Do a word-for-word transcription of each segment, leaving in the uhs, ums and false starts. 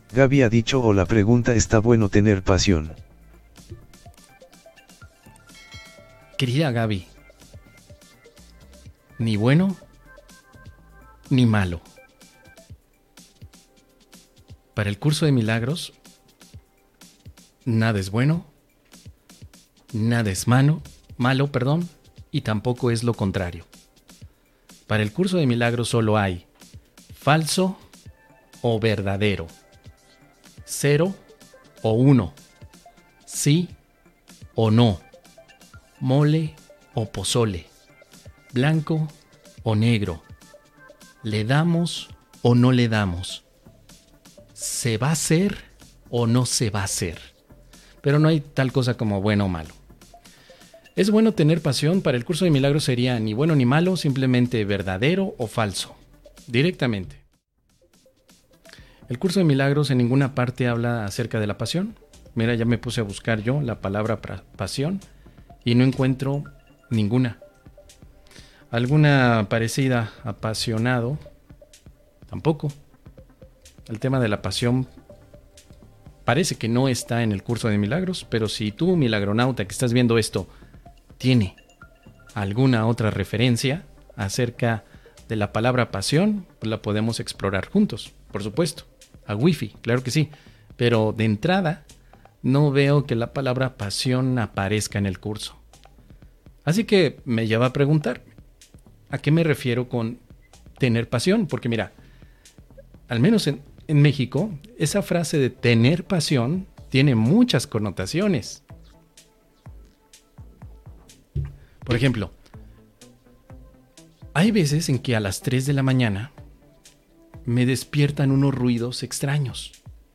Gaby ha dicho o la pregunta está bueno tener pasión. Querida Gaby, ni bueno ni malo. Para el curso de milagros, nada es bueno, nada es malo, malo, perdón, y tampoco es lo contrario. Para el curso de milagros solo hay falso o verdadero, cero o uno, sí o no, mole o pozole, blanco o negro, le damos o no le damos, se va a hacer o no se va a hacer. Pero no hay tal cosa como bueno o malo. ¿Es bueno tener pasión? Para el curso de milagros sería ni bueno ni malo, simplemente verdadero o falso, directamente. El curso de milagros en ninguna parte habla acerca de la pasión. Mira, ya me puse a buscar yo la palabra pasión y no encuentro ninguna. Alguna parecida, apasionado, tampoco. El tema de la pasión parece que no está en el curso de milagros, pero si tú, milagronauta, que estás viendo esto, tiene alguna otra referencia acerca de la palabra pasión, pues la podemos explorar juntos, por supuesto. A wifi, claro que sí, pero de entrada no veo que la palabra pasión aparezca en el curso. Así que me lleva a preguntar, ¿a qué me refiero con tener pasión? Porque mira, al menos en, en México, esa frase de tener pasión tiene muchas connotaciones. Por ejemplo, hay veces en que a las tres de la mañana me despiertan unos ruidos extraños.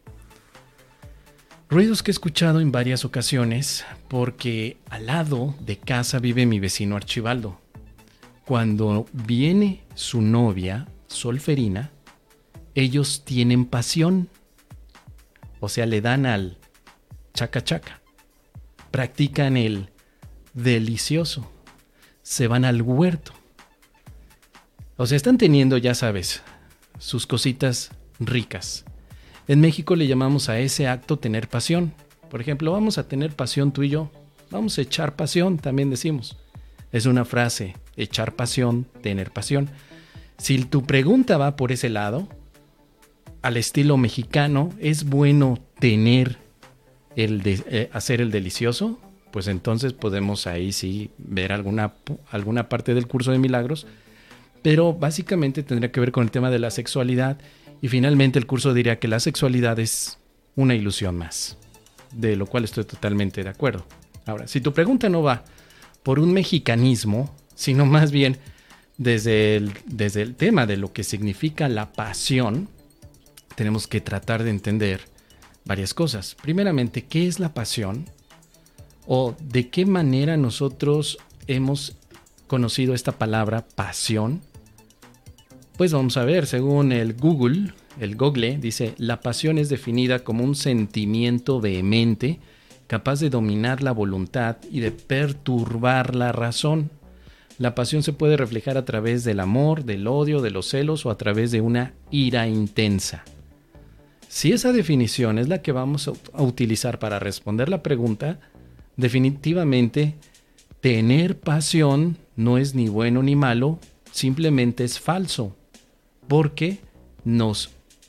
Ruidos que he escuchado en varias ocasiones porque al lado de casa vive mi vecino Archibaldo. Cuando viene su novia, Solferina, ellos tienen pasión. O sea, le dan al chaca chaca. Practican el delicioso. Se van al huerto. O sea, están teniendo, ya sabes, sus cositas ricas. En México le llamamos a ese acto tener pasión. Por ejemplo, vamos a tener pasión tú y yo. Vamos a echar pasión, también decimos. Es una frase, echar pasión, tener pasión. Si tu pregunta va por ese lado, al estilo mexicano, ¿es bueno tener el de, eh, hacer el delicioso? Pues entonces podemos ahí sí ver alguna, alguna parte del curso de milagros. Pero básicamente tendría que ver con el tema de la sexualidad. Y finalmente el curso diría que la sexualidad es una ilusión más. De lo cual estoy totalmente de acuerdo. Ahora, si tu pregunta no va por un mexicanismo, sino más bien desde el, desde el tema de lo que significa la pasión, tenemos que tratar de entender varias cosas. Primeramente, ¿qué es la pasión? O de qué manera nosotros hemos conocido esta palabra pasión. Pues vamos a ver, según el Google, el Google dice, la pasión es definida como un sentimiento vehemente, capaz de dominar la voluntad y de perturbar la razón. La pasión se puede reflejar a través del amor, del odio, de los celos o a través de una ira intensa. Si esa definición es la que vamos a utilizar para responder la pregunta, definitivamente tener pasión no es ni bueno ni malo, simplemente es falso. Porque nos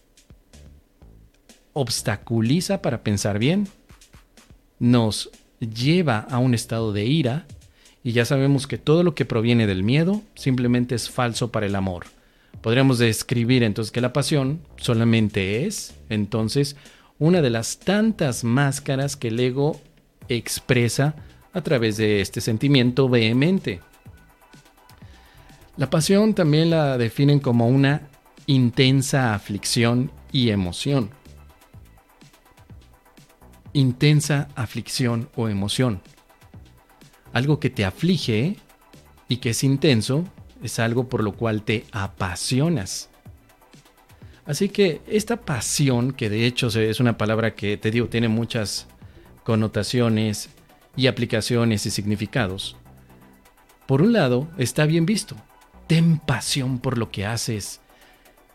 obstaculiza para pensar bien, nos lleva a un estado de ira y ya sabemos que todo lo que proviene del miedo simplemente es falso para el amor. Podríamos describir entonces que la pasión solamente es entonces una de las tantas máscaras que el ego expresa a través de este sentimiento vehemente. La pasión también la definen como una intensa aflicción y emoción. Intensa aflicción o emoción. Algo que te aflige y que es intenso es algo por lo cual te apasionas. Así que esta pasión, que de hecho es una palabra que te digo tiene muchas connotaciones y aplicaciones y significados, por un lado está bien visto. Ten pasión por lo que haces.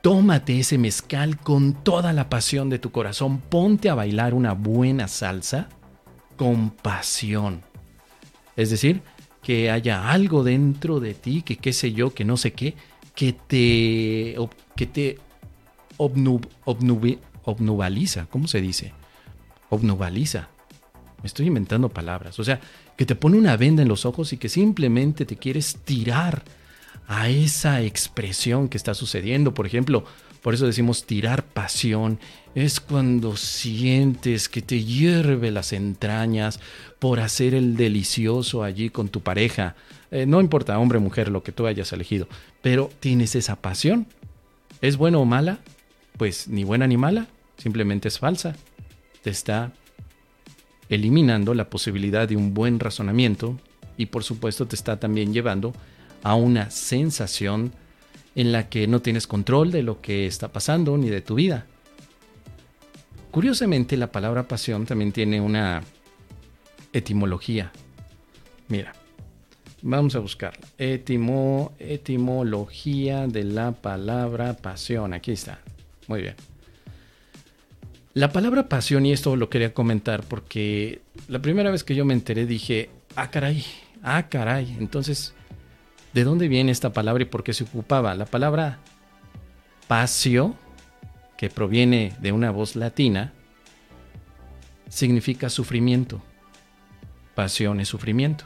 tómate ese mezcal con toda la pasión de tu corazón, ponte a bailar una buena salsa con pasión. Es decir, que haya algo dentro de ti, que qué sé yo, que no sé qué, que te, que te obnub, obnub, obnubaliza, ¿cómo se dice? Obnubaliza. Me estoy inventando palabras. O sea, que te pone una venda en los ojos y que simplemente te quieres tirar a esa expresión que está sucediendo. Por ejemplo, por eso decimos tirar pasión. Es cuando sientes que te hierve las entrañas por hacer el delicioso allí con tu pareja. Eh, no importa, hombre o mujer, lo que tú hayas elegido. Pero tienes esa pasión. ¿Es buena o mala? Pues ni buena ni mala. Simplemente es falsa. Te está eliminando la posibilidad de un buen razonamiento y por supuesto te está también llevando a una sensación en la que no tienes control de lo que está pasando ni de tu vida. Curiosamente, la palabra pasión también tiene una etimología. Mira, vamos a buscarla. Etimo, etimología de la palabra pasión. Aquí está. Muy bien. La palabra pasión, y esto lo quería comentar porque la primera vez que yo me enteré dije, ah caray, ah caray, entonces, ¿de dónde viene esta palabra y por qué se ocupaba? La palabra pasio, que proviene de una voz latina, significa sufrimiento. Pasión es sufrimiento.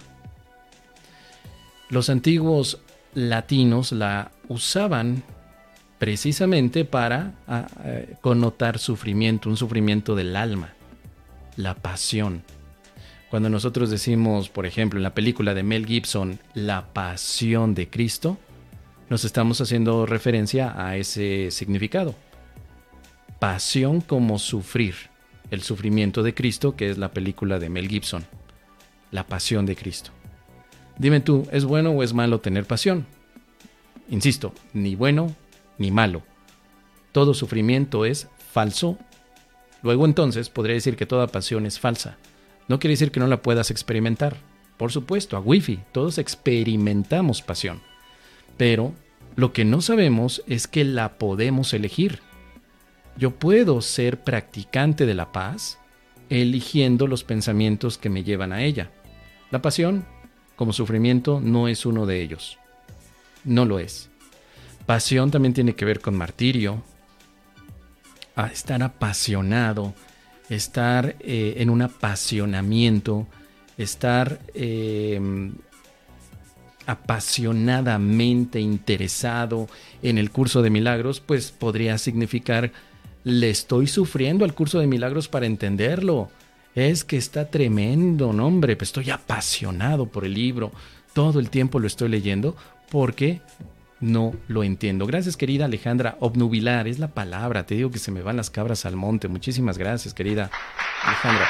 Los antiguos latinos la usaban precisamente para a, a, connotar sufrimiento, un sufrimiento del alma, la pasión. Cuando nosotros decimos, por ejemplo, en la película de Mel Gibson, La Pasión de Cristo, nos estamos haciendo referencia a ese significado. Pasión como sufrir, el sufrimiento de Cristo, que es la película de Mel Gibson, La Pasión de Cristo. Dime tú, ¿es bueno o es malo tener pasión? Insisto, ni bueno ni malo. Todo sufrimiento es falso. Luego entonces podría decir que toda pasión es falsa. No quiere decir que no la puedas experimentar. Por supuesto, a wifi, todos experimentamos pasión. Pero lo que no sabemos es que la podemos elegir. Yo puedo ser practicante de la paz eligiendo los pensamientos que me llevan a ella. La pasión, como sufrimiento, no es uno de ellos. No lo es. Pasión también tiene que ver con martirio, a estar apasionado, estar eh, en un apasionamiento, estar eh, apasionadamente interesado en el curso de milagros, pues podría significar, le estoy sufriendo al curso de milagros para entenderlo. Es que está tremendo, no hombre, pues estoy apasionado por el libro, todo el tiempo lo estoy leyendo porque no lo entiendo. Gracias, querida Alejandra. Obnubilar es la palabra. Te digo que se me van las cabras al monte. Muchísimas gracias, querida Alejandra.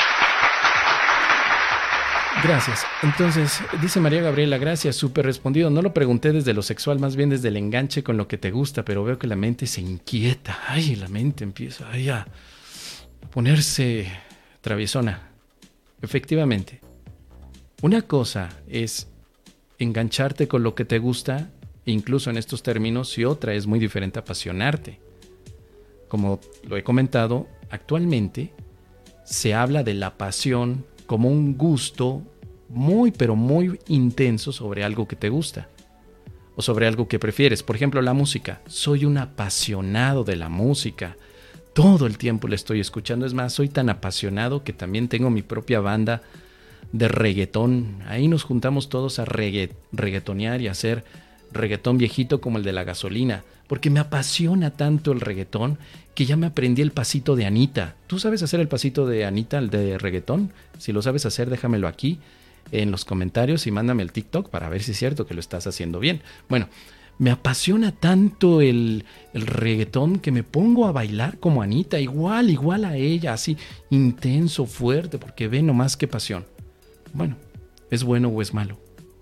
Gracias. Entonces, dice María Gabriela, gracias, súper respondido. No lo pregunté desde lo sexual, más bien desde el enganche con lo que te gusta, pero veo que la mente se inquieta. Ay, la mente empieza ay, a ponerse traviesona. Efectivamente. Una cosa es engancharte con lo que te gusta, incluso en estos términos, y otra es muy diferente, apasionarte. Como lo he comentado, actualmente se habla de la pasión como un gusto muy, pero muy intenso sobre algo que te gusta o sobre algo que prefieres. Por ejemplo, la música. Soy un apasionado de la música. Todo el tiempo la estoy escuchando. Es más, soy tan apasionado que también tengo mi propia banda de reggaetón. Ahí nos juntamos todos a regga- reggaetonear y a hacer reggaetón viejito como el de la gasolina, porque me apasiona tanto el reggaetón que ya me aprendí el pasito de Anita. ¿Tú sabes hacer el pasito de Anita, el de reggaetón? Si lo sabes hacer, déjamelo aquí en los comentarios y mándame el TikTok para ver si es cierto que lo estás haciendo bien. Bueno, me apasiona tanto el, el reggaetón que me pongo a bailar como Anita, igual, igual a ella, así intenso, fuerte, porque ve nomás qué pasión. Bueno, ¿es bueno o es malo?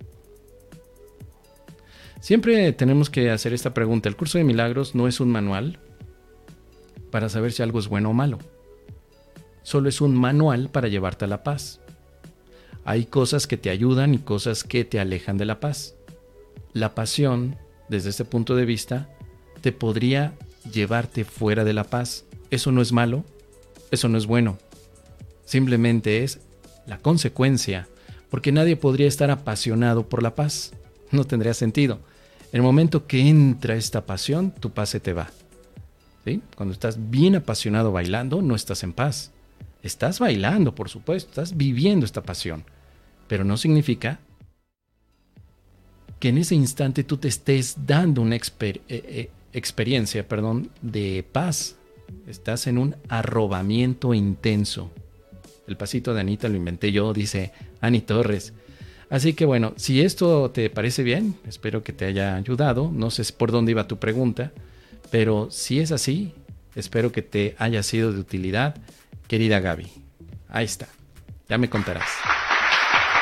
Siempre tenemos que hacer esta pregunta. El curso de milagros no es un manual para saber si algo es bueno o malo. Solo es un manual para llevarte a la paz. Hay cosas que te ayudan y cosas que te alejan de la paz. La pasión, desde este punto de vista, te podría llevarte fuera de la paz. Eso no es malo, eso no es bueno. Simplemente es la consecuencia, porque nadie podría estar apasionado por la paz. No tendría sentido. En el momento que entra esta pasión, tu paz se te va. ¿Sí? Cuando estás bien apasionado bailando, no estás en paz. Estás bailando, por supuesto, estás viviendo esta pasión, pero no significa que en ese instante tú te estés dando una exper- eh, eh, experiencia, perdón, de paz. Estás en un arrobamiento intenso. El pasito de Anita lo inventé yo, dice Ani Torres. Así que bueno, si esto te parece bien, espero que te haya ayudado. No sé por dónde iba tu pregunta, pero si es así, espero que te haya sido de utilidad, querida Gaby. Ahí está, ya me contarás.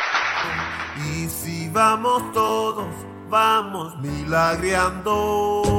Y si vamos todos, vamos milagreando.